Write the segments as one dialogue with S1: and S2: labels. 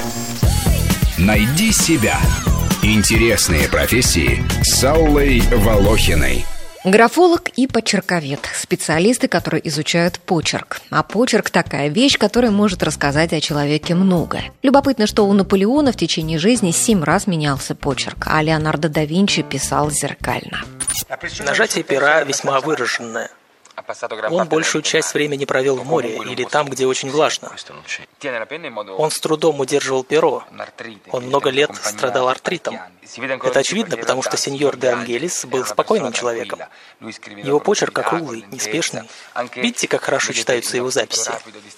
S1: Найди себя. Интересные профессии с Аллой Волохиной.
S2: Графолог и почерковед – специалисты, которые изучают почерк. А почерк – такая вещь, которая может рассказать о человеке многое. Любопытно, что у Наполеона в течение жизни 7 раз менялся почерк, а Леонардо да Винчи писал зеркально.
S3: Нажатие пера весьма выраженное. Он большую часть времени провел в море или там, где очень влажно. Он с трудом удерживал перо. Он много лет страдал артритом. Это очевидно, потому что сеньор де Ангелис был спокойным человеком. Его почерк округлый, неспешный. Видите, как хорошо читаются его записи?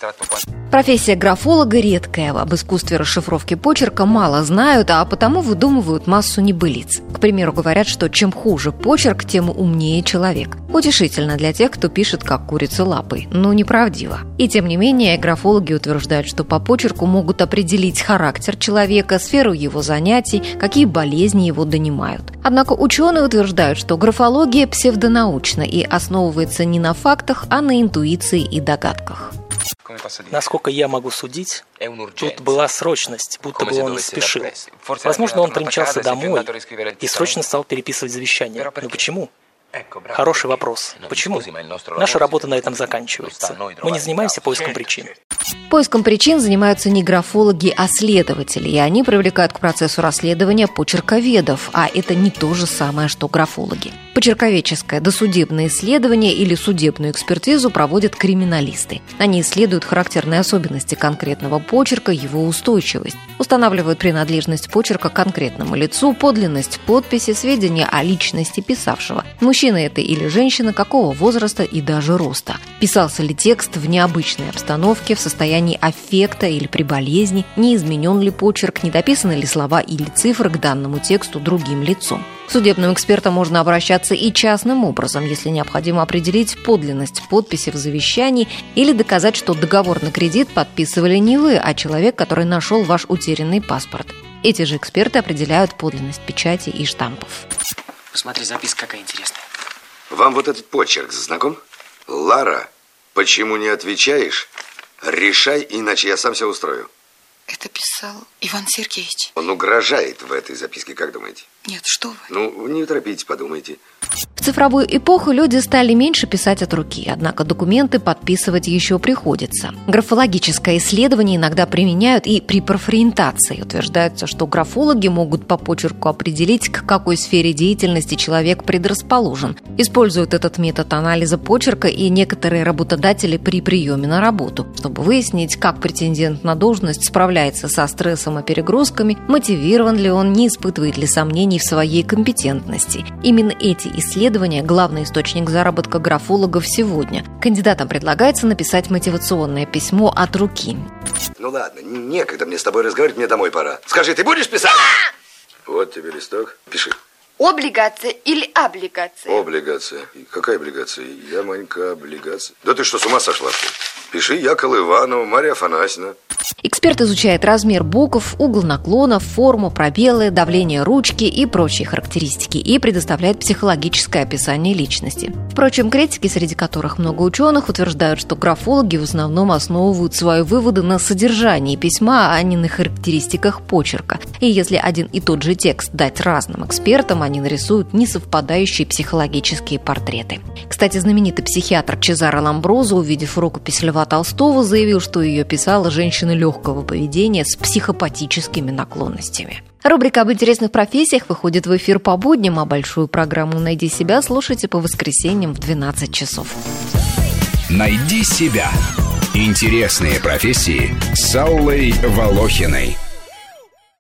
S2: Профессия графолога редкая. Об искусстве расшифровки почерка мало знают, а потому выдумывают массу небылиц. К примеру, говорят, что чем хуже почерк, тем умнее человек. Утешительно для тех, кто пишет как курица лапой, но неправдиво. И тем не менее, графологи утверждают, что по почерку могут определить характер человека, сферу его занятий, какие болезни его донимают. Однако ученые утверждают, что графология псевдонаучна и основывается не на фактах, а на интуиции и догадках.
S3: Насколько я могу судить, тут была срочность, будто бы он спешил. Возможно, он примчался домой и срочно стал переписывать завещание. Но почему? Хороший вопрос. Почему? Наша работа на этом заканчивается. Мы не занимаемся поиском причин.
S2: Поиском причин занимаются не графологи, а следователи, и они привлекают к процессу расследования почерковедов, а это не то же самое, что графологи. Почерковедческое досудебное исследование или судебную экспертизу проводят криминалисты. Они исследуют характерные особенности конкретного почерка, его устойчивость, устанавливают принадлежность почерка к конкретному лицу, подлинность подписи, сведения о личности писавшего, мужчина это или женщина, какого возраста и даже роста, писался ли текст в необычной обстановке, в состоянии аффекта или при болезни, не изменен ли почерк, не дописаны ли слова или цифры к данному тексту другим лицом. К судебным экспертам можно обращаться и частным образом, если необходимо определить подлинность подписи в завещании или доказать, что договор на кредит подписывали не вы, а человек, который нашел ваш утерянный паспорт. Эти же эксперты определяют подлинность печати и штампов.
S4: Посмотри, записка какая интересная.
S5: Вам вот этот почерк знаком? Лара, почему не отвечаешь? Решай, иначе я сам все устрою.
S6: Это писал Иван Сергеевич.
S5: Он угрожает в этой записке, как думаете?
S6: Нет, что вы.
S5: Ну, не торопитесь, подумайте.
S2: В цифровую эпоху люди стали меньше писать от руки, однако документы подписывать еще приходится. Графологическое исследование иногда применяют и при профориентации. Утверждается, что графологи могут по почерку определить, к какой сфере деятельности человек предрасположен. Используют этот метод анализа почерка и некоторые работодатели при приеме на работу, чтобы выяснить, как претендент на должность справляется со стрессом и перегрузками, мотивирован ли он, не испытывает ли сомнений в своей компетентности. Именно эти исследования – главный источник заработка графологов сегодня. Кандидатам предлагается написать мотивационное письмо от руки.
S5: Ну ладно, некогда мне с тобой разговаривать, мне домой пора. Скажи, ты будешь писать? Вот тебе листок, пиши.
S6: Облигация или облигация?
S5: Облигация. Какая облигация? Я маленькая облигация. Да ты что, с ума сошла? Пиши я Колыванова Мария Афанасьевна.
S2: Эксперт изучает размер букв, угол наклона, форму, пробелы, давление ручки и прочие характеристики и предоставляет психологическое описание личности. Впрочем, критики, среди которых много ученых, утверждают, что графологи в основном основывают свои выводы на содержании письма, а не на характеристиках почерка. И если один и тот же текст дать разным экспертам, они нарисуют несовпадающие психологические портреты. Кстати, знаменитый психиатр Чезаро Ламброзо, увидев рукопись Льва Толстого, заявил, что ее писала женщина легкого поведения с психопатическими наклонностями. Рубрика об интересных профессиях выходит в эфир по будням, а большую программу «Найди себя» слушайте по воскресеньям в 12 часов.
S1: «Найди себя». Интересные профессии с Аллой Волохиной.